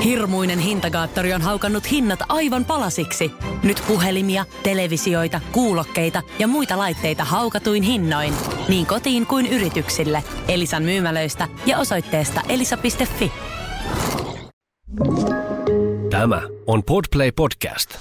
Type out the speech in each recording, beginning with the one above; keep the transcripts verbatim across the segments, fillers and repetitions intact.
Hirmuinen hintakaattori on haukannut hinnat aivan palasiksi. Nyt puhelimia, televisioita, kuulokkeita ja muita laitteita haukatuin hinnoin. Niin kotiin kuin yrityksille. Elisan myymälöistä ja osoitteesta elisa piste fi. Tämä on Podplay Podcast.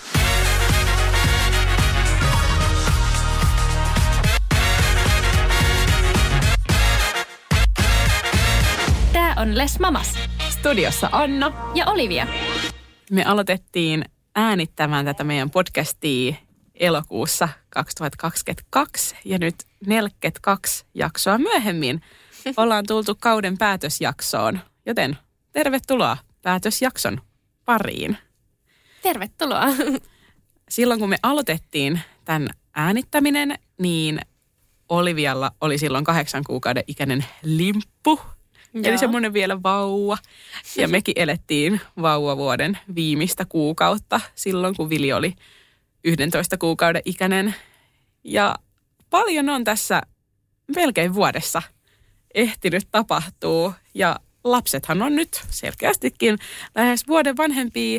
Tää on Les Mamas. Studiossa Anna Ja Olivia. Me aloitettiin äänittämään tätä meidän podcastia elokuussa kaksituhattakaksikymmentäkaksi ja nyt neljäkymmentäkaksi jaksoa myöhemmin ollaan tultu kauden päätösjaksoon. Joten tervetuloa päätösjakson pariin. Tervetuloa. Silloin kun me aloitettiin tämän äänittäminen, niin Olivialla oli silloin kahdeksan kuukauden ikäinen limppu. Joo. Eli semmoinen vielä vauva. Ja mekin elettiin vauvavuoden viimeistä kuukautta silloin, kun Vili oli yhdentoista kuukauden ikäinen. Ja paljon on tässä melkein vuodessa ehtinyt tapahtua. Ja lapsethan on nyt selkeästikin lähes vuoden vanhempia.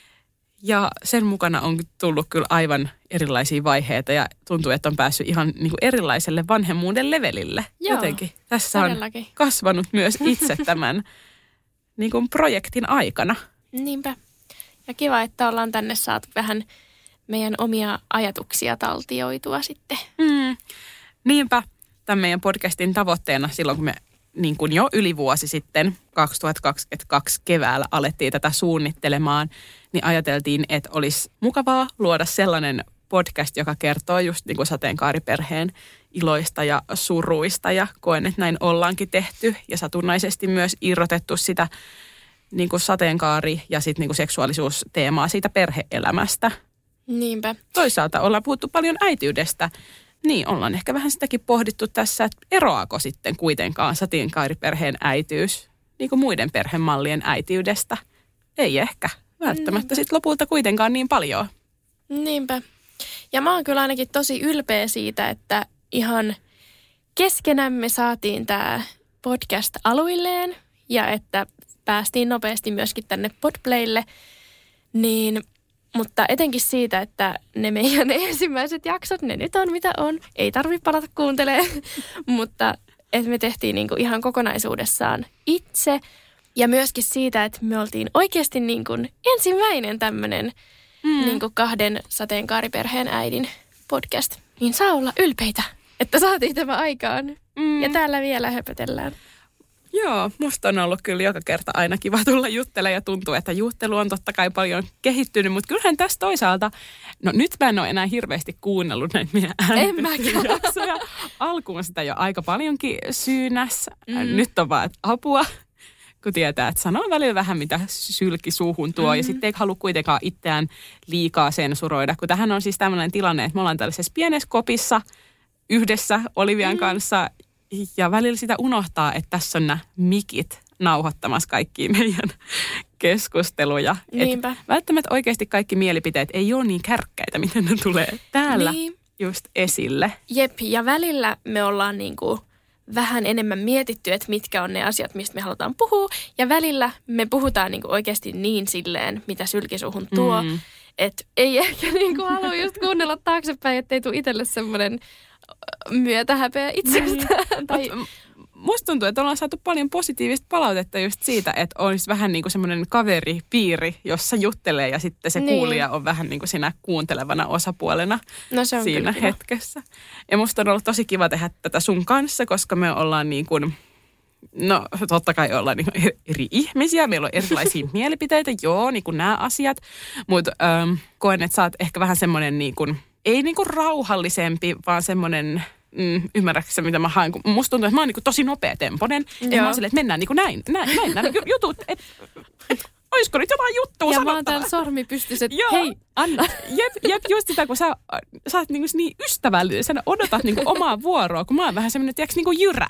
Ja sen mukana on tullut kyllä aivan erilaisia vaiheita ja tuntuu, että on päässyt ihan niin kuin erilaiselle vanhemmuuden levelille. Joo, jotenkin tässä todellakin on kasvanut myös itse tämän niin kuin projektin aikana. Niinpä. Ja kiva, että ollaan tänne saatu vähän meidän omia ajatuksia taltioitua sitten. Mm. Niinpä tämän meidän podcastin tavoitteena silloin, kun me niin kuin jo yli vuosi sitten, kaksituhattakaksikymmentäkaksi keväällä alettiin tätä suunnittelemaan, niin ajateltiin, että olisi mukavaa luoda sellainen podcast, joka kertoo just niin kuin sateenkaariperheen iloista ja suruista. Ja koen, että näin ollaankin tehty ja satunnaisesti myös irrotettu sitä niin kuin sateenkaari- ja sit niin kuin seksuaalisuusteemaa siitä perhe-elämästä. Niinpä. Toisaalta ollaan puhuttu paljon äitiydestä. Niin, ollaan ehkä vähän sitäkin pohdittu tässä, että eroako sitten kuitenkaan sateenkaariperheen äitiys niin kuin muiden perhemallien äitiydestä. Ei ehkä välttämättä sitten lopulta kuitenkaan niin paljon. Niinpä. Ja mä oon kyllä ainakin tosi ylpeä siitä, että ihan keskenämme saatiin tämä podcast aluilleen ja että päästiin nopeasti myöskin tänne Podplaylle, niin mutta etenkin siitä, että ne meidän ensimmäiset jaksot, ne nyt on mitä on. Ei tarvitse palata kuuntelemaan, mutta että me tehtiin niinku ihan kokonaisuudessaan itse. Ja myöskin siitä, että me oltiin oikeasti niinku ensimmäinen tämmöinen mm. niinku kahden sateenkaariperheen äidin podcast. Niin saa olla ylpeitä, että saatiin tämä aikaan. Mm. Ja täällä vielä höpötellään. Joo, musta on ollut kyllä joka kerta aina kiva tulla juttelemaan ja tuntuu, että juttelu on totta kai paljon kehittynyt, mutta kyllähän tässä toisaalta, no nyt mä en ole enää hirveästi kuunnellut näitä meidän äänittelyjaksoja. Alkuun sitä jo aika paljonkin syynässä. Mm. Nyt on vaan apua, kun tietää, että sanoo välillä vähän mitä sylki suuhun tuo mm. ja sitten ei halua kuitenkaan itseään liikaa sensuroida, kun tähän on siis tämmöinen tilanne, että me ollaan tällaisessa pienessä kopissa yhdessä Olivian mm. kanssa. Ja välillä sitä unohtaa, että tässä on nämä mikit nauhoittamassa kaikkia meidän keskusteluja. Niinpä. Välttämättä oikeasti kaikki mielipiteet ei ole niin kärkkäitä, miten ne tulee täällä niin just esille. Jep, ja välillä me ollaan niinku vähän enemmän mietitty, että mitkä on ne asiat, mistä me halutaan puhua. Ja välillä me puhutaan niinku oikeasti niin silleen, mitä sylkisuuhun tuo. Mm. Että ei ehkä niinku halua just kuunnella taaksepäin, ettei tule itselle semmoinen myötähäpeä itsestään. Niin. Tai musta tuntuu, että ollaan saatu paljon positiivista palautetta just siitä, että olisi vähän niin kuin semmoinen kaveripiiri, jossa juttelee ja sitten se niin. kuulija on vähän niin kuin siinä kuuntelevana osapuolena no, se on siinä hetkessä. Ja musta on ollut tosi kiva tehdä tätä sun kanssa, koska me ollaan niin kuin, no totta kai ollaan niin kuin eri ihmisiä, meillä on erilaisia mielipiteitä, joo, niin kuin nämä asiat, mutta ähm, koen, että sä oot ehkä vähän semmoinen niin kuin ei niinku rauhallisempi, vaan semmoinen, mm, ymmärrätkö mitä mä haen, kun musta tuntuu, että mä oon niinku tosi nopeatempoinen. Ja mä oon silleen, että mennään niinku näin, näin, näin, näin jutut, että et, olisiko nyt jotain juttua ja sanottavaa? Ja mä oon täällä sormi pystyssä, että hei, Anna. Jep, jep, just sitä, kun sä, sä oot niinku niin ystävällinen, sä odotat niinku omaa vuoroa, kun mä oon vähän semmoinen, tiiäks, niinku jyrä.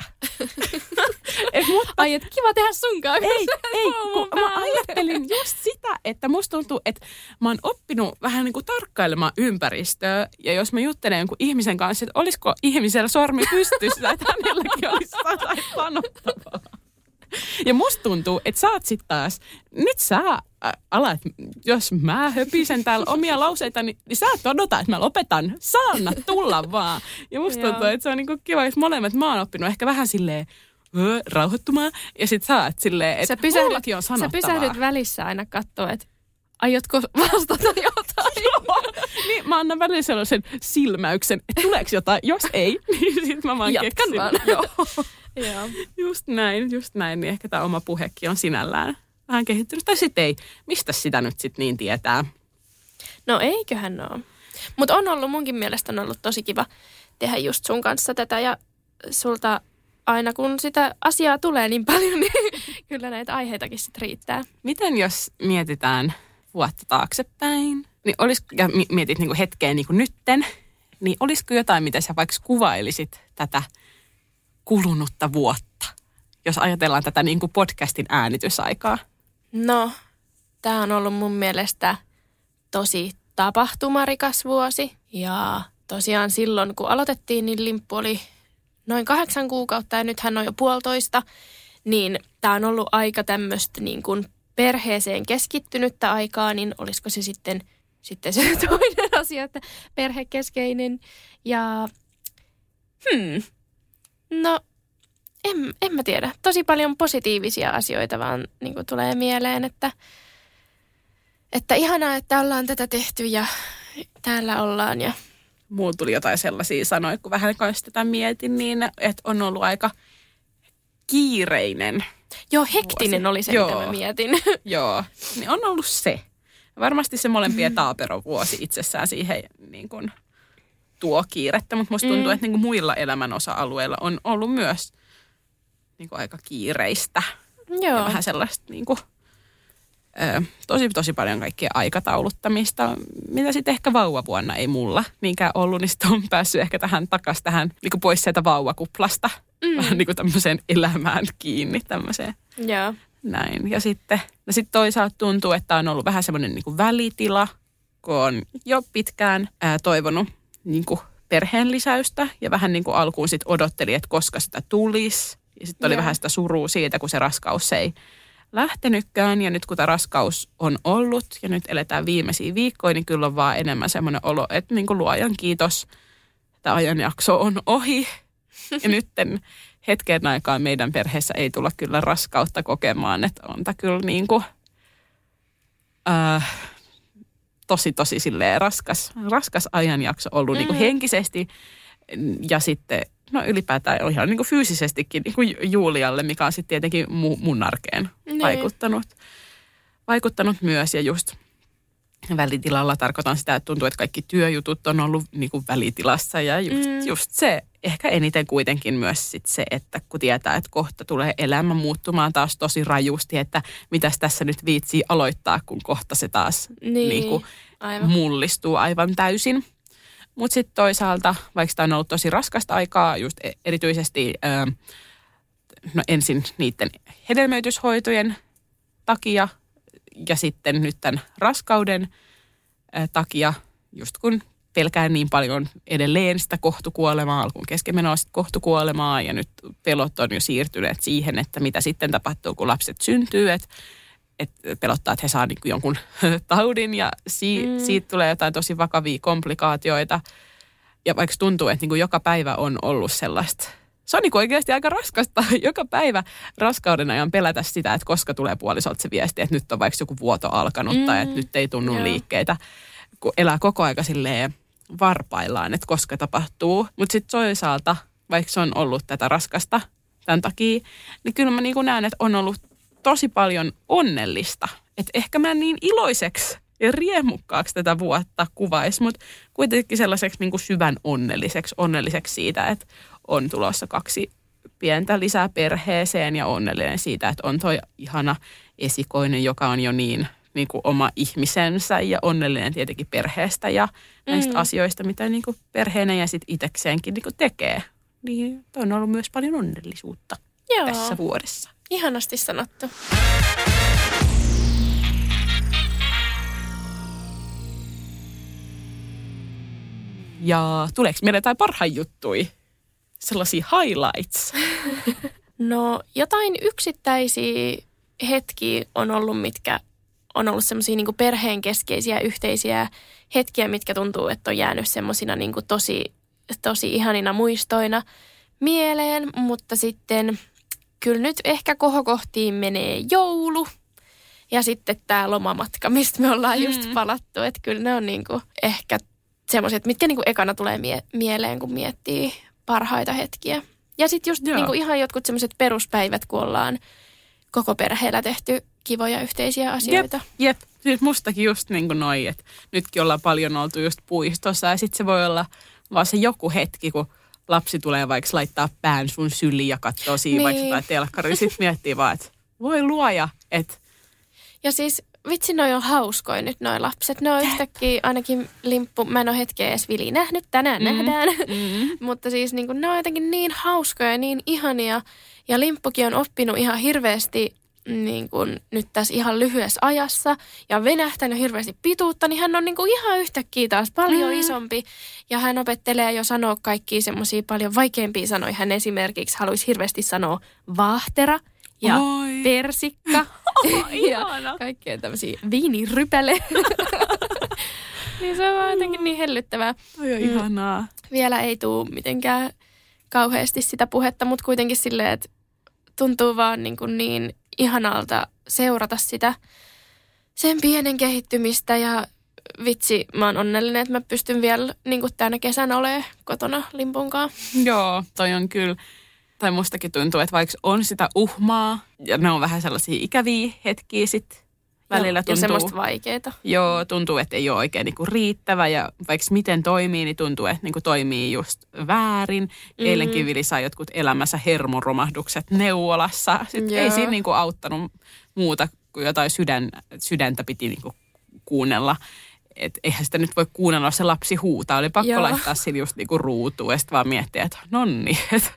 Et, mutta, ai, et kiva tehdä sunkaan. Ei, ei, kun mä ajattelin just sitä, että musta tuntuu, että mä oon oppinut vähän niinku tarkkailemaan ympäristöä, ja jos mä juttelen jonkun ihmisen kanssa, että olisiko ihmisellä sormi pystyssä, että hänelläkin olisi jotain sanottavaa. Ja musta tuntuu, että sä oot sit taas, nyt sä ala, että jos mä höpisen täällä omia lauseita, niin, niin sä et odota, että mä lopetan. Saanna tulla vaan. Ja musta tuntuu, että se on niinku kiva, jos molemmat mä oon oppinut ehkä vähän silleen öö, rauhoittumaan. Ja sit sä oot silleen, että mullakin on sanottavaa. Sä pysähdyt välissä aina katsoa, että aiotko vastata jotain? Niin, mä annan välillä sellaisen silmäyksen, että tuleeko jotain. Jos ei, niin sit mä vaan Jatkan keksin. vaan. Joo. Joo. Just näin, just näin. Niin ehkä tämä oma puhekin on sinällään vähän kehittynyt. Tai sitten ei. Mistä sitä nyt sitten niin tietää? No eiköhän ole. Mutta on ollut, munkin mielestä on ollut tosi kiva tehdä just sun kanssa tätä. Ja sulta aina kun sitä asiaa tulee niin paljon, niin kyllä näitä aiheitakin sitten riittää. Miten jos mietitään vuotta taaksepäin, niin olis, ja mietit niinku hetkeä niinku nytten, niin olisiko jotain, mitä sä vaikka kuvailisit tätä kulunutta vuotta, jos ajatellaan tätä niin kuin podcastin äänitysaikaa? No, tämä on ollut mun mielestä tosi tapahtumarikas vuosi. Ja tosiaan silloin, kun aloitettiin, niin limppu oli noin kahdeksan kuukautta ja nyt hän on jo puolitoista. Niin tämä on ollut aika tämmöistä niin kuin perheeseen keskittynyttä aikaa, niin olisiko se sitten, sitten se toinen asia, että perhekeskeinen. Ja hmm, no en, en mä tiedä. Tosi paljon positiivisia asioita vaan niin kuin tulee mieleen, että, että ihanaa, että ollaan tätä tehty ja täällä ollaan. Ja mulla tuli jotain sellaisia sanoja, kun vähän kanssa tätä mietin, niin että on ollut aika kiireinen. Joo, hektinen vuosi. Oli se, Joo. mitä mä mietin. Joo, niin on ollut se. Varmasti se molempien taaperovuosi itsessään siihen niin kuin tuo kiirettä, mutta musta tuntuu, mm. että niin kuin muilla elämän osa-alueilla on ollut myös niin kuin aika kiireistä. Joo. Ja vähän sellaista niin kuin, ö, tosi, tosi paljon kaikkia aikatauluttamista, mitä sitten ehkä vauvavuonna ei mulla niinkään ollut, niin sitten on päässyt ehkä tähän takaisin tähän niin kuin pois sieltä vauvakuplasta. Mm. Vähän niin kuin tämmöiseen elämään kiinni tämmöiseen. Joo. Näin. Ja sitten, no sitten toisaalta tuntuu, että on ollut vähän semmoinen niin kuin välitila, kun on jo pitkään ää, toivonut niin kuin perheen lisäystä. Ja vähän niin kuin alkuun sitten odotteli, että koska sitä tulisi. Ja sitten oli Joo. vähän sitä surua siitä, kun se raskaus ei lähtenytkään. Ja nyt kun tämä raskaus on ollut ja nyt eletään viimeisiä viikkoja, niin kyllä on vaan enemmän semmoinen olo, että niin kuin luojan kiitos, tämä ajanjakso on ohi. Ja nytten hetken aikaa meidän perheessä ei tulla kyllä raskautta kokemaan, että on tämä kyllä niin kuin, äh, tosi tosi silleen raskas, raskas ajanjakso ollut mm. niin kuin henkisesti ja sitten no ylipäätään ihan niin kuin fyysisestikin niin kuin Julialle, mikä on sitten tietenkin mu, mun arkeen niin. vaikuttanut, vaikuttanut myös ja just välitilalla tarkoitan sitä, että tuntuu, että kaikki työjutut on ollut niin kuin välitilassa ja just, mm. just se, ehkä eniten kuitenkin myös sit se, että kun tietää, että kohta tulee elämä muuttumaan taas tosi rajusti, että mitäs tässä nyt viitsii aloittaa, kun kohta se taas niin, niin kuin aivan. mullistuu aivan täysin. Mutta sitten toisaalta, vaikka tämä on ollut tosi raskasta aikaa, just erityisesti ää, no ensin niiden hedelmöityshoitojen takia, ja sitten nyt tämän raskauden ää, takia, just kun pelkään niin paljon edelleen sitä kohtukuolemaa, alkuun keskenmenoa sitten kohtukuolemaa, ja nyt pelot on jo siirtyneet siihen, että mitä sitten tapahtuu, kun lapset syntyy, että et pelottaa, että he saa niinku jonkun taudin, ja si- mm. siitä tulee jotain tosi vakavia komplikaatioita, ja vaikka tuntuu, että niinku joka päivä on ollut sellaista, se on niinku oikeasti aika raskasta joka päivä raskauden ajan pelätä sitä, että koska tulee puolisolta se viesti, että nyt on vaikka joku vuoto alkanut mm. tai että nyt ei tunnu Joo. liikkeitä, kun elää koko aika silleen varpaillaan, että koska tapahtuu. Mutta sitten toisaalta, vaikka se on ollut tätä raskasta tämän takia, niin kyllä mä niinku näen, että on ollut tosi paljon onnellista. Että ehkä mä en niin iloiseksi ja riemukkaaksi tätä vuotta kuvaisi, mutta kuitenkin sellaiseksi niinku syvän onnelliseksi, onnelliseksi siitä, että on tulossa kaksi pientä lisää perheeseen ja onnellinen siitä, että on toi ihana esikoinen, joka on jo niin, niin kuin oma ihmisensä ja onnellinen tietenkin perheestä ja näistä mm. asioista, mitä niin kuin perheenä ja sitten itsekseenkin niin kuin tekee. Niin on ollut myös paljon onnellisuutta Joo. tässä vuodessa. Ihanasti sanottu. Ja tuleeko meille jotain parhain juttui? Sellaisia highlights? No jotain yksittäisiä hetkiä on ollut, mitkä on ollut semmoisia niin kuin perheen keskeisiä yhteisiä hetkiä, mitkä tuntuu, että on jäänyt semmoisina niin kuin tosi, tosi ihanina muistoina mieleen. Mutta sitten kyllä nyt ehkä kohokohtiin menee joulu ja sitten tämä lomamatka, mistä me ollaan just mm. palattu. Että kyllä ne on niin kuin ehkä semmoiset, mitkä niin kuin ekana tulee mie- mieleen, kun miettii parhaita hetkiä. Ja sitten just niin kuin ihan jotkut semmoiset peruspäivät, kun ollaan koko perheellä tehty kivoja yhteisiä asioita. Jep, jep. Siis mustakin just niin kuin noi, että nytkin ollaan paljon oltu just puistossa ja sitten se voi olla vaan se joku hetki, kun lapsi tulee vaikka laittaa pään sun syliin ja katsoo siinä niin. vaikka jotain telkkaria. Sitten miettii vaan, että voi luoja, että... Ja siis vitsi, noi on hauskoja nyt noi lapset. Ne on yhtäkkiä ainakin limppu, mä en ole hetkeä edes Vili nähnyt, tänään mm-hmm. nähdään. Mm-hmm. Mutta siis niin kuin, ne on jotenkin niin hauskoja ja niin ihania. Ja Limppukin on oppinut ihan hirveästi niin kuin, nyt tässä ihan lyhyessä ajassa ja venähtänyt hirveästi pituutta, niin hän on niin kuin, ihan yhtäkkiä taas paljon mm. isompi. Ja hän opettelee jo sanoa kaikkia semmoisia paljon vaikeampia sanoja. Hän esimerkiksi haluaisi hirveästi sanoa vaahtera ja Oi. persikka oh, ja kaikkea tämmöisiä viinirypäle. Niin se on vaan jotenkin niin hellyttävää. Oi, on ihanaa. Vielä ei tule mitenkään kauheasti sitä puhetta, mutta kuitenkin silleen, että tuntuu vaan niin, kuin niin ihanalta seurata sitä sen pienen kehittymistä ja vitsi, mä oon onnellinen, että mä pystyn vielä niin kuin tänä kesänä olemaan kotona Limpunkaan. Joo, toi on kyllä, tai mustakin tuntuu, että vaikka on sitä uhmaa ja ne on vähän sellaisia ikäviä hetkiä sitten välillä tuntuu. Ja semmoista vaikeeta. Joo, tuntuu, että ei ole oikein niinku riittävä ja vaikka miten toimii, niin tuntuu, että niinku toimii just väärin. Mm-hmm. Eilenkin Vili sai jotkut elämässä hermoromahdukset neuvolassa. Sitten ei siinä niinku auttanut muuta kuin jotain sydän, sydäntä piti niinku kuunnella. Että eihän sitä nyt voi kuunnella, jos se lapsi huutaa. Oli pakko Joo. laittaa sille just niinku ruutuun ja sitten vaan miettiä, että nonni, että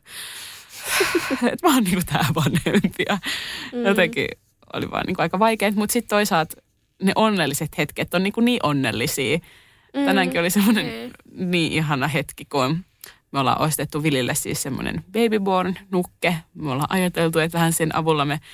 et mä oon niinku tää vanhempi. Ja mm. jotenkin oli vaan niinku aika vaikeet, mutta sitten toisaalta ne onnelliset hetket on niinku niin onnellisia. Mm. Tänäänkin oli semmoinen mm. niin ihana hetki, kun me ollaan ostettu Vilille siis semmoinen babyborn-nukke. Me ollaan ajateltu, että vähän sen avulla me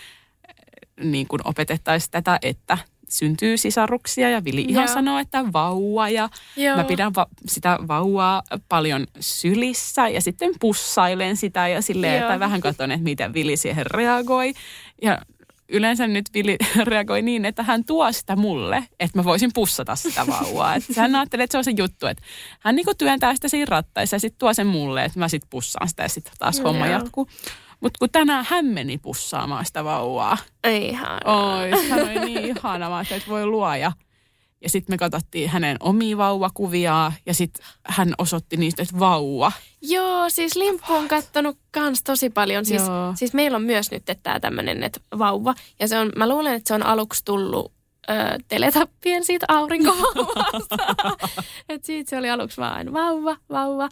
niin kuin opetettaisiin tätä, että syntyy sisaruksia ja Vili ihan Joo. sanoo, että vauva ja Joo. mä pidän va- sitä vauvaa paljon sylissä ja sitten pussailen sitä ja silleen, tai vähän katson, että miten Vili siihen reagoi. Ja yleensä nyt Vili reagoi niin, että hän tuo sitä mulle, että mä voisin pussata sitä vauvaa. Että hän ajattelee, että se on se juttu, että hän niinku työntää sitä siinä rattaissa ja sitten tuo sen mulle, että mä sitten pussaan sitä ja sitten taas homma Joo. jatkuu. Mutta kun tänään hän meni pussaamaan sitä vauvaa. Ihanaa. Oi, hän oli niin ihanaa, että voi luoja. Ja sitten me katsottiin hänen omia vauvakuviaan ja sitten hän osoitti niistä, että vauva. Joo, siis Limppu on kattonut kans tosi paljon. Siis, siis meillä on myös nyt tämä tämmöinen, että vauva. Ja se on, mä luulen, että se on aluksi tullut ö, teletappien siitä aurinkovauvasta. Että siitä se oli aluksi vaan vauva, vauva.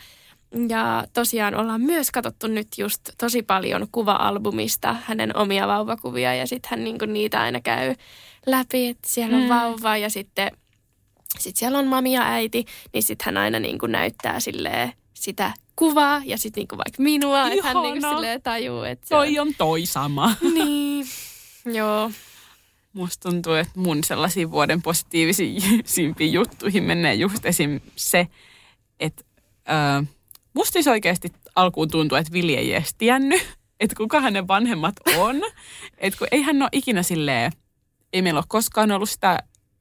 Ja tosiaan ollaan myös katsottu nyt just tosi paljon kuva-albumista hänen omia vauvakuvia ja sitten hän niinku niitä aina käy läpi, että siellä on mm. vauva ja sitten sit siellä on mami ja äiti, niin sitten hän aina niinku näyttää silleen sitä kuvaa ja sitten niinku vaikka minua, että hän niinku silleen tajuu, että toi on toi sama. Niin, joo. Musta tuntuu, että mun sellaisiin vuoden positiivisimpiin juttuihin menee just esim. Se, että Öö, musta siis oikeasti alkuun tuntuu, että Vili ei edes tiennyt, että kuka hänen vanhemmat on. Että kun ei hän ole ikinä silleen, ei meillä ole koskaan ollut sitä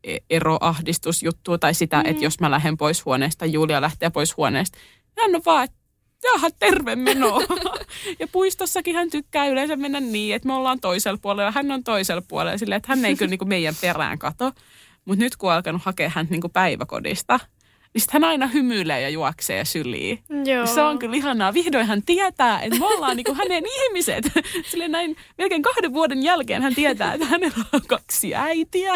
eroahdistusjuttua tai sitä, mm. että jos mä lähden pois huoneesta, Julia lähtee pois huoneesta. Hän on vaan, että jaha, terve meno. Ja puistossakin hän tykkää yleensä mennä niin, että me ollaan toisella puolella, hän on toisella puolella. Silleen, että hän ei kyllä niin kuin meidän perään kato. Mutta nyt kun on alkanut hakea häntä niin kuin päiväkodista, niin sitten hän aina hymyilee ja juoksee ja sylii. Joo. Se on kyllä ihanaa. Vihdoin hän tietää, että me ollaan niinku hänen ihmiset. Silleen näin melkein kahden vuoden jälkeen hän tietää, että hänellä on kaksi äitiä.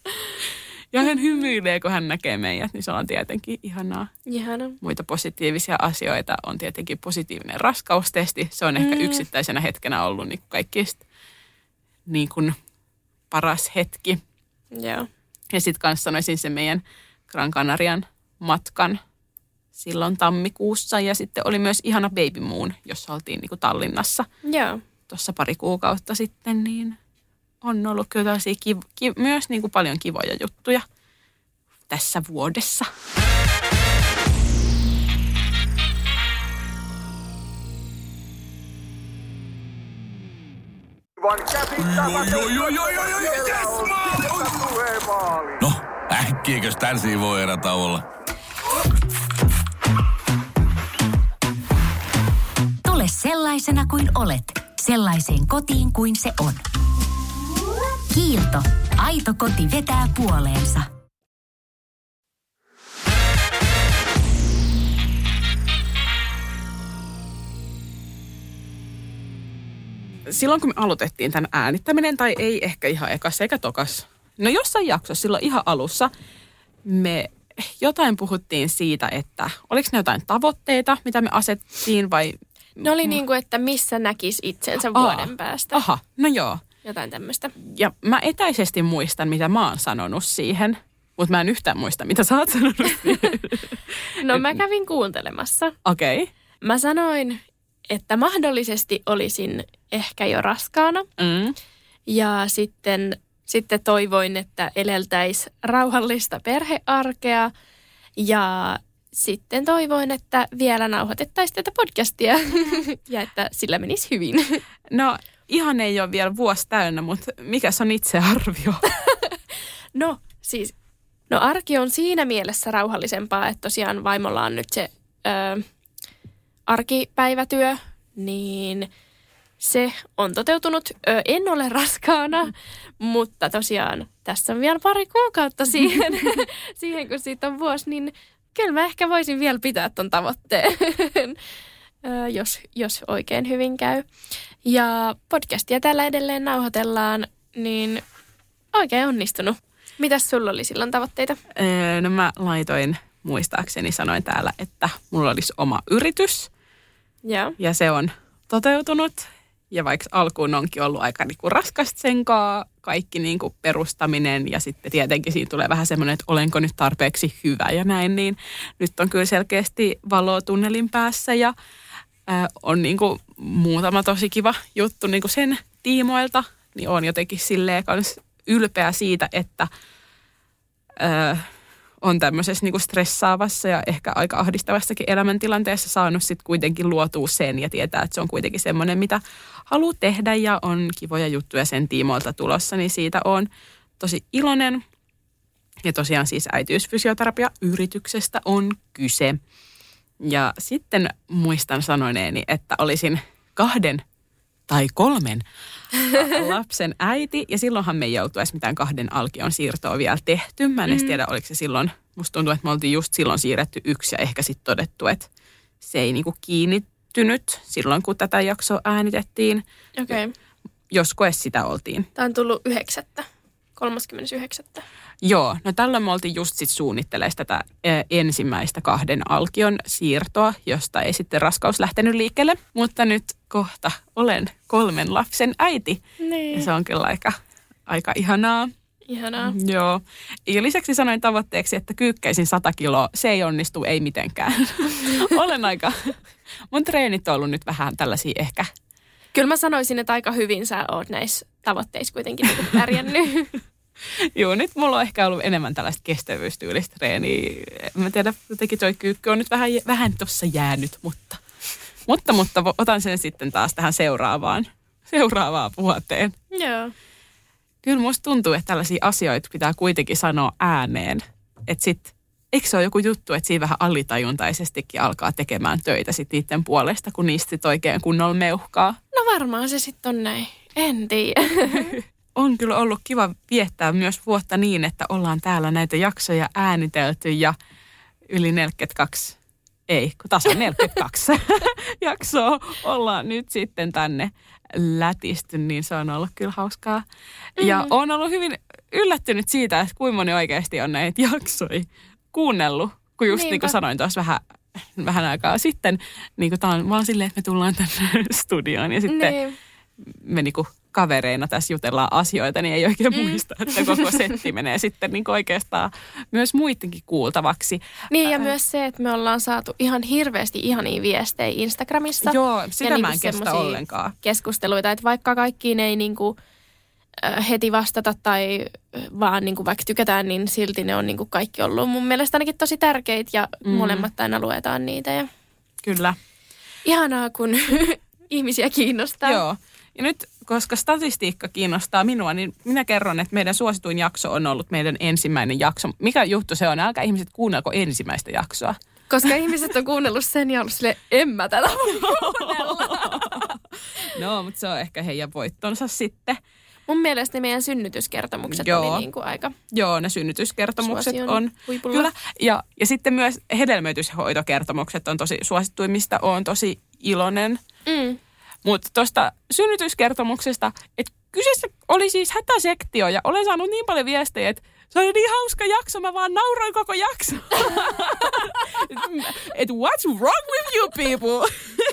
Ja hän hymyilee, kun hän näkee meidät, niin se on tietenkin ihanaa. Ihana. Muita positiivisia asioita on tietenkin positiivinen raskaustesti. Se on ehkä mm. yksittäisenä hetkenä ollut niin kaikista niin kuin paras hetki. Joo. Ja sitten kanssa sanoisin sen meidän Gran Canarian matkan silloin tammikuussa ja sitten oli myös ihana Baby Moon, jossa oltiin niin kuin Tallinnassa. Joo. Tuossa pari kuukautta sitten, niin on ollut kyllä tällaisia kiv- ki- myös niin kuin paljon kivoja juttuja tässä vuodessa. No, äkkiäkös tän siivoo erätauolla? Tule sellaisena kuin olet, sellaiseen kotiin kuin se on. Kiilto. Aito koti vetää puoleensa. Silloin kun me aloitettiin tämän äänittäminen, tai ei ehkä ihan ekas eikä tokas, no jossain jaksossa silloin ihan alussa me jotain puhuttiin siitä, että oliko ne jotain tavoitteita, mitä me asettiin vai... Ne oli niin kuin, että missä näkisi itsensä Aa, vuoden päästä. Aha, no joo. Jotain tämmöistä. Ja mä etäisesti muistan, mitä mä oon sanonut siihen, mutta mä en yhtään muista, mitä sä oot sanonut siihen. No mä kävin kuuntelemassa. Okei. Okay. Mä sanoin, että mahdollisesti olisin ehkä jo raskaana. Mm. Ja sitten, sitten toivoin, että eleltäisi rauhallista perhearkea. Ja sitten toivoin, että vielä nauhoitettaisiin tätä podcastia ja että sillä menisi hyvin. No ihan ei ole vielä vuosi täynnä, mutta mikäs on itsearvio? No siis, no arki on siinä mielessä rauhallisempaa, että tosiaan vaimolla on nyt se ö, arkipäivätyö, niin se on toteutunut. Ö, en ole raskaana, mutta tosiaan tässä on vielä pari kuukautta siihen, siihen kun siitä on vuosi, niin kyllä mä ehkä voisin vielä pitää ton tavoitteen, jos, jos oikein hyvin käy. Ja podcastia täällä edelleen nauhoitellaan, niin oikein onnistunut. Mitäs sulla oli silloin tavoitteita? Öö, no mä laitoin, muistaakseni sanoin täällä, että mulla olisi oma yritys. Joo. Ja se on toteutunut. Ja vaikka alkuun onkin ollut aika niin kuin raskasta senkaan, kaikki niin kuin perustaminen ja sitten tietenkin siinä tulee vähän semmoinen, että olenko nyt tarpeeksi hyvä ja näin, niin nyt on kyllä selkeästi valoa tunnelin päässä ja ää, on niin kuin muutama tosi kiva juttu niin kuin sen tiimoilta, niin on jotenkin silleen kans ylpeä siitä, että ää, on tämmöisessä niin kuin stressaavassa ja ehkä aika ahdistavassakin elämäntilanteessa saanut sitten kuitenkin luotua sen ja tietää, että se on kuitenkin semmoinen, mitä haluaa tehdä ja on kivoja juttuja sen tiimoilta tulossa, niin siitä on tosi iloinen. Ja tosiaan siis äitiysfysioterapia-yrityksestä on kyse. Ja sitten muistan sanoneeni, että olisin kahden tai kolmen lapsen äiti. Ja silloinhan me ei oltu edes mitään kahden alkion siirtoa vielä tehty. Mä en edes tiedä, oliko se silloin, musta tuntuu, että me oltiin just silloin siirretty yksi ja ehkä sitten todettu, että se ei niinku kiinnittynyt silloin, kun tätä jaksoa äänitettiin. Okei. Okay. Josko edes sitä oltiin. Tämä on tullut yhdeksättä. kolmaskymmenesyhdeksättä Joo, no tällöin me oltiin just sit suunnittelemaan tätä ensimmäistä kahden alkion siirtoa, josta ei sitten raskaus lähtenyt liikkeelle. Mutta nyt kohta olen kolmen lapsen äiti. Niin. Ja se on kyllä aika, aika ihanaa. Ihanaa. Joo. Ja lisäksi sanoin tavoitteeksi, että kyykkäisin sata kiloa. Se ei onnistu, ei mitenkään. Olen aika, mun treenit on ollut nyt vähän tällaisia ehkä. Kyllä mä sanoisin, että aika hyvin sä oot näissä tavoitteissa kuitenkin niin pärjännyt. Joo, nyt mulla on ehkä ollut enemmän tällaista kestävyystyylistä treeniä. Mä tiedän, jotenkin toi kyykky on nyt vähän, vähän tuossa jäänyt, mutta, mutta, mutta otan sen sitten taas tähän seuraavaan, seuraavaan vuoteen. Joo. Kyllä musta tuntuu, että tällaisia asioita pitää kuitenkin sanoa ääneen. Että sit, eikö se ole joku juttu, että siinä vähän alitajuntaisestikin alkaa tekemään töitä sit niiden puolesta, kun niistä sit oikein kunnolla meuhkaa? No varmaan se sitten on näin. En tiedä. On kyllä ollut kiva viettää myös vuotta niin, että ollaan täällä näitä jaksoja äänitelty ja yli neljäkymmentäkaksi, ei, kun tasan neljäkymmentäkaksi jaksoa ollaan nyt sitten tänne lätisty, niin se on ollut kyllä hauskaa. Mm-hmm. Ja on ollut hyvin yllättynyt siitä, että kuinka moni oikeasti on näitä jaksoja kuunnellut, kun just Niinpä. niin kuin sanoin tuossa vähän, vähän aikaa sitten, niin kuin tämä on vaan silleen, että me tullaan tänne studioon ja sitten niin. me niin kuin kavereina tässä jutellaan asioita, niin ei oikein mm. muista, että koko setti menee sitten niin oikeastaan myös muidenkin kuultavaksi. Niin ja Ää... myös se, että me ollaan saatu ihan hirveästi ihania viestejä Instagramissa. Joo, sitä ja mä en kestä ollenkaan. Keskusteluita, että vaikka kaikkiin ei niin kuin heti vastata tai vaan niin kuin vaikka tykätään, niin silti ne on niin kuin kaikki ollut mun mielestä ainakin tosi tärkeitä ja mm. molemmat aina luetaan niitä. Ja kyllä. Ihanaa, kun ihmisiä kiinnostaa. Joo. Ja nyt, koska statistiikka kiinnostaa minua, niin minä kerron, että meidän suosituin jakso on ollut meidän ensimmäinen jakso. Mikä juttu se on? Älkää ihmiset kuunnelko ensimmäistä jaksoa. Koska ihmiset on kuunnellut sen ja ollut silleen, en mä tätä voi kuunnella. No, mutta se on ehkä heidän voittonsa sitten. Mun mielestä meidän synnytyskertomukset Joo. oli niin kuin aika... Joo, ne synnytyskertomukset Suosion on. huipulla. Kyllä. Ja, ja sitten myös hedelmöityshoitokertomukset on tosi suosittuimmista. Oon tosi iloinen. Mm. Mutta tuosta synnytyskertomuksesta, että kyseessä oli siis hätäsektio ja olen saanut niin paljon viestejä, että se oli niin hauska jakso, mä vaan nauroin koko jakso. Et what's wrong with you people?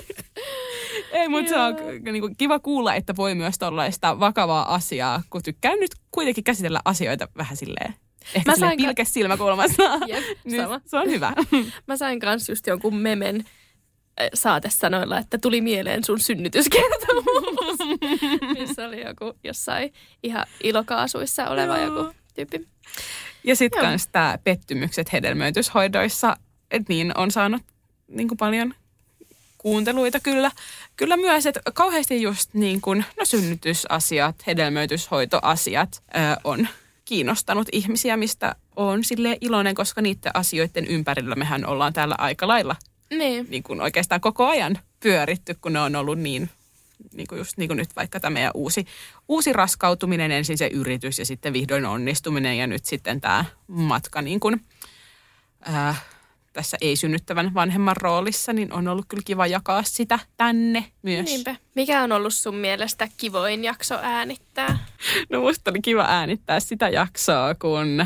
Ei, mutta se on niinku kiva kuulla, että voi myös tollaista vakavaa asiaa, kun tykkään nyt kuitenkin käsitellä asioita vähän silleen. Ehkä silleen ka- pilke silmäkulmassa. Jep, niin sama. Se on hyvä. Mä sain kans just jonkun memen saatesanoilla, että tuli mieleen sun synnytyskertomus, missä oli joku jossain ihan ilokaasuissa oleva Joo. joku tyyppi. Ja sitten Joo. kans tää pettymykset hedelmöityshoidoissa, että niin on saanut niin kuin paljon kuunteluita kyllä. Kyllä myös, että kauheasti just niin kuin, no synnytysasiat, hedelmöityshoitoasiat ö, on kiinnostanut ihmisiä, mistä on silleen iloinen, koska niiden asioiden ympärillä mehän ollaan täällä aika lailla Niin. niin kuin oikeastaan koko ajan pyöritty, kun ne on ollut niin, niin kuin just niin kuin nyt vaikka tämä meidän uusi, uusi raskautuminen, ensin se yritys ja sitten vihdoin onnistuminen ja nyt sitten tämä matka niin kuin, ää, tässä ei-synnyttävän vanhemman roolissa, niin on ollut kyllä kiva jakaa sitä tänne myös. Niinpä. Mikä on ollut sun mielestä kivoin jakso äänittää? No musta oli kiva äänittää sitä jaksoa, kun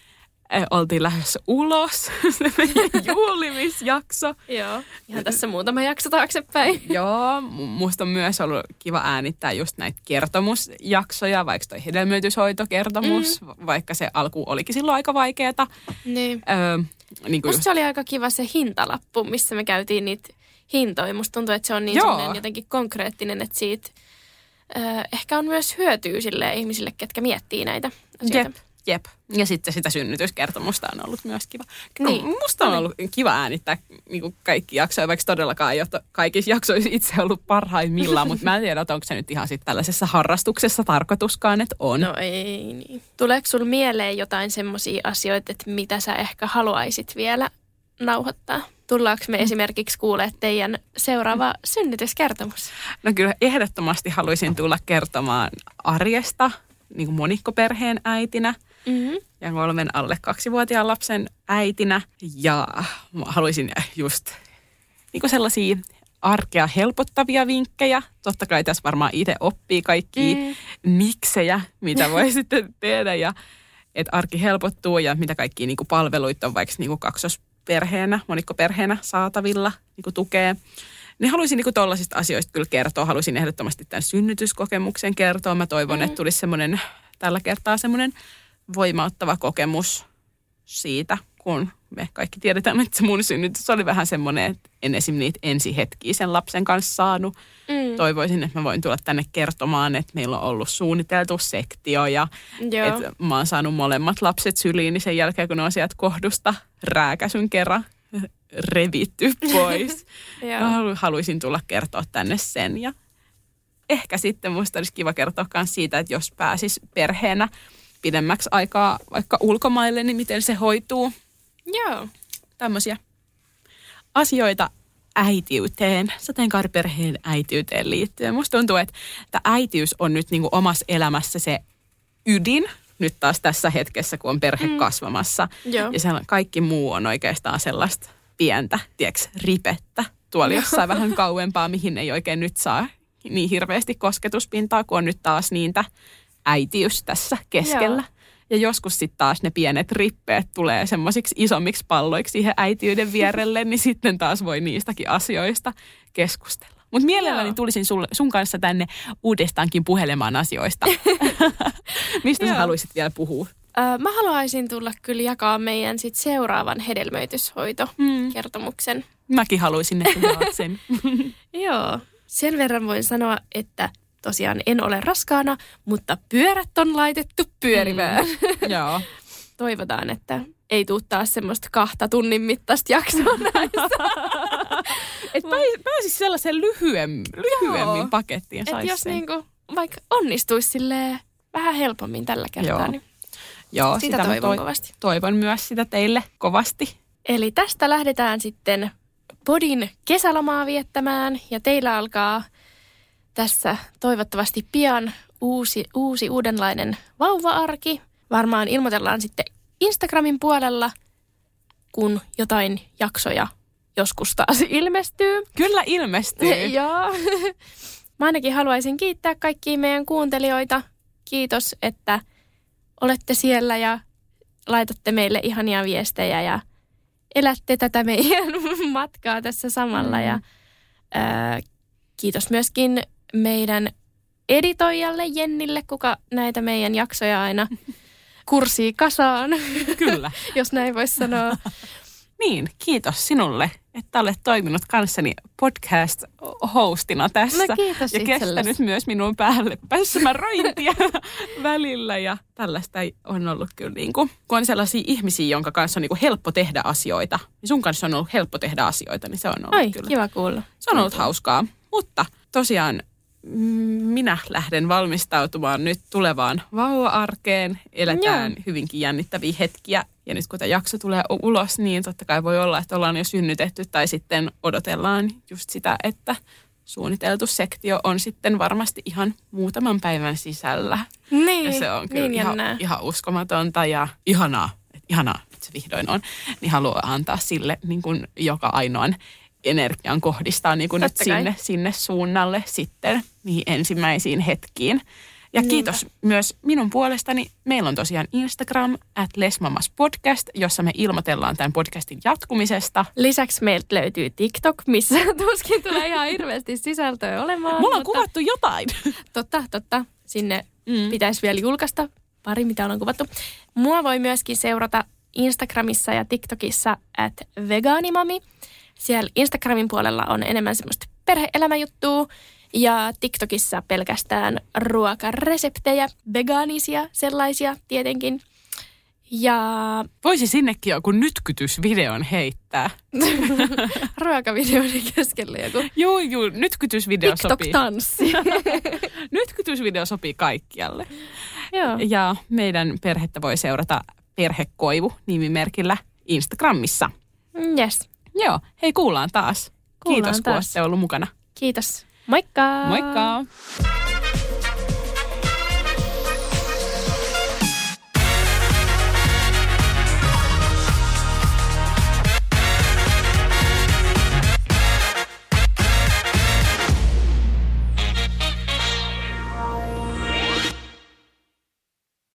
oltiin lähdössä ulos, se meidän juhlimisjakso. Joo, ihan tässä muutama jakso taaksepäin. Joo, musta on myös ollut kiva äänittää just näitä kertomusjaksoja, vaikka toi hedelmöityshoitokertomus, mm. vaikka se alku olikin silloin aika vaikeeta. Niin. Öö, niin Musta just, se oli aika kiva se hintalappu, missä me käytiin niitä hintoja. Musta tuntuu, että se on niin Joo. sellainen jotenkin konkreettinen, että siitä ö, ehkä on myös hyötyä sille ihmisille, ketkä miettii näitä asioita. jep, jep. Ja sitten sitä synnytyskertomusta on ollut myös kiva. Niin. No, musta on ollut kiva äänittää niin kuin kaikki jaksoja, vaikka todellakaan ei ole kaikissa jaksoissa itse ollut parhaimmillaan, mutta mä en tiedä, onko se nyt ihan sitten tällaisessa harrastuksessa tarkoituskaan, että on. No ei niin. Tuleeko sulla mieleen jotain semmoisia asioita, että mitä sä ehkä haluaisit vielä nauhoittaa? Tullaanko me esimerkiksi kuulee teidän seuraava synnytyskertomus? No kyllä ehdottomasti haluaisin tulla kertomaan arjesta niin kuin monikkoperheen äitinä Mm-hmm. ja kolmen alle kaksivuotiaan lapsen äitinä. Ja mä haluaisin just niin kuin sellaisia arkea helpottavia vinkkejä. Totta kai tässä varmaan itse oppii kaikkia mm. miksejä, mitä voi sitten tehdä ja että arki helpottuu ja mitä kaikkia niin kuin palveluita on vaikka niin kuin kaksosperheenä, monikkoperheenä saatavilla niin kuin tukee. Niin haluaisin niin tuollaisista asioista kyllä kertoa. Haluaisin ehdottomasti tämän synnytyskokemuksen kertoa. Mä toivon, mm. että tulisi semmoinen, tällä kertaa semmoinen voimauttava kokemus siitä, kun me kaikki tiedetään, että se mun synnytys oli vähän semmoinen, että en esim. Niitä ensihetkiä sen lapsen kanssa saanut. Mm. Toivoisin, että mä voin tulla tänne kertomaan, että meillä on ollut suunniteltu sektio ja Joo. että mä oon saanut molemmat lapset syliin, niin sen jälkeen, kun ne on sieltä kohdusta rääkäsyn kerran revitty pois. Halu, haluaisin tulla kertoa tänne sen ja ehkä sitten musta olisi kiva kertoa myös siitä, että jos pääsis perheenä pidemmäksi aikaa vaikka ulkomaille, niin miten se hoituu. Joo. Tämmöisiä asioita äitiyteen, sateenkaariperheen äitiyteen liittyen. Musta tuntuu, että tämä äitiys on nyt niinku omassa elämässä se ydin, nyt taas tässä hetkessä, kun on perhe mm. kasvamassa. Joo. Ja se kaikki muu on oikeastaan sellaista pientä, tiedätkö, ripettä tuolla jossain vähän kauempaa, mihin ei oikein nyt saa niin hirveästi kosketuspintaa, kun on nyt taas niitä äitiys tässä keskellä. Joo. Ja joskus sitten taas ne pienet rippeet tulee semmoisiksi isommiksi palloiksi siihen äitiyden vierelle, niin sitten taas voi niistäkin asioista keskustella. Mutta mielelläni tulisin sulle, sun kanssa tänne uudestaankin puhelemaan asioista. Mistä sä haluaisit vielä puhua? Öö, mä haluaisin tulla kyllä jakaa meidän sit seuraavan hedelmöityshoitokertomuksen. Mm. Mäkin haluaisin, että jaat sen. Joo. Sen verran voin sanoa, että tosiaan en ole raskaana, mutta pyörät on laitettu pyörimään. Mm. Joo. Toivotaan, että ei tule taas semmoista kahta tunnin mittaista jaksoa näistä. Että pääsisi sellaiseen lyhyem, lyhyemmin pakettiin. Että jos sen. Niinku, vaikka onnistuisi silleen vähän helpommin tällä kertaa, Joo. niin Joo, sitä, sitä toivon toi, kovasti. Toivon myös sitä teille kovasti. Eli tästä lähdetään sitten podin kesälomaa viettämään ja teillä alkaa tässä toivottavasti pian uusi, uusi uudenlainen vauva-arki. Varmaan ilmoitellaan sitten Instagramin puolella, kun jotain jaksoja joskus taas ilmestyy. Kyllä ilmestyy. Joo. Mä ainakin haluaisin kiittää kaikkia meidän kuuntelijoita. Kiitos, että olette siellä ja laitatte meille ihania viestejä ja elätte tätä meidän matkaa tässä samalla. Ja, ää, kiitos myöskin meidän editoijalle Jennille, kuka näitä meidän jaksoja aina kurssii kasaan. Kyllä. Jos näin voisi sanoa. Niin, kiitos sinulle, että olet toiminut kanssani podcast-hostina tässä. No kiitos ja itsellesi. Kestänyt myös minun päälle pässämäröintiä välillä ja tällaista on ollut kyllä niin kuin, kun on sellaisia ihmisiä, jonka kanssa on niin kuin helppo tehdä asioita, niin sun kanssa on ollut helppo tehdä asioita, niin se on ollut Oi, kyllä. kiva kuulla. Se on ollut hauskaa, mutta tosiaan minä lähden valmistautumaan nyt tulevaan vauva-arkeen. Eletään Joo. hyvinkin jännittäviä hetkiä. Ja nyt kun tämä jakso tulee ulos, niin totta kai voi olla, että ollaan jo synnytetty tai sitten odotellaan just sitä, että suunniteltu sektio on sitten varmasti ihan muutaman päivän sisällä. Niin, ja se on kyllä niin ihan, ihan uskomatonta ja ihanaa, että ihanaa, että se vihdoin on. Niin haluaa antaa sille niin kuin joka ainoan energian kohdistaa niin kuin nyt sinne, sinne suunnalle sitten niihin ensimmäisiin hetkiin. Ja Niinpä. Kiitos myös minun puolestani. Meillä on tosiaan Instagram at lesmamaspodcast, jossa me ilmoitellaan tämän podcastin jatkumisesta. Lisäksi meiltä löytyy TikTok, missä tuskin tulee ihan hirveästi sisältöä olemaan. Mulla on mutta... kuvattu jotain. Totta, totta. Sinne mm. pitäisi vielä julkaista pari, mitä ollaan kuvattu. Mua voi myöskin seurata Instagramissa ja TikTokissa at vegaanimami. Siellä Instagramin puolella on enemmän semmoista perhe-elämäjuttua ja TikTokissa pelkästään ruokareseptejä, vegaanisia sellaisia tietenkin. Ja voisi sinnekin joku nytkytysvideon heittää. Ruokavideoiden keskellä joku. Juu, juu, nytkytysvideo sopii. TikTok-tanssi. Nytkytysvideo sopii kaikkialle. Joo. Ja meidän perhettä voi seurata Perhekoivu nimimerkillä Instagramissa. Yes. Joo, hei kuullaan taas. Kuullaan Kiitos, taas. kun olette ollut mukana. Kiitos. Moikka! Moikka!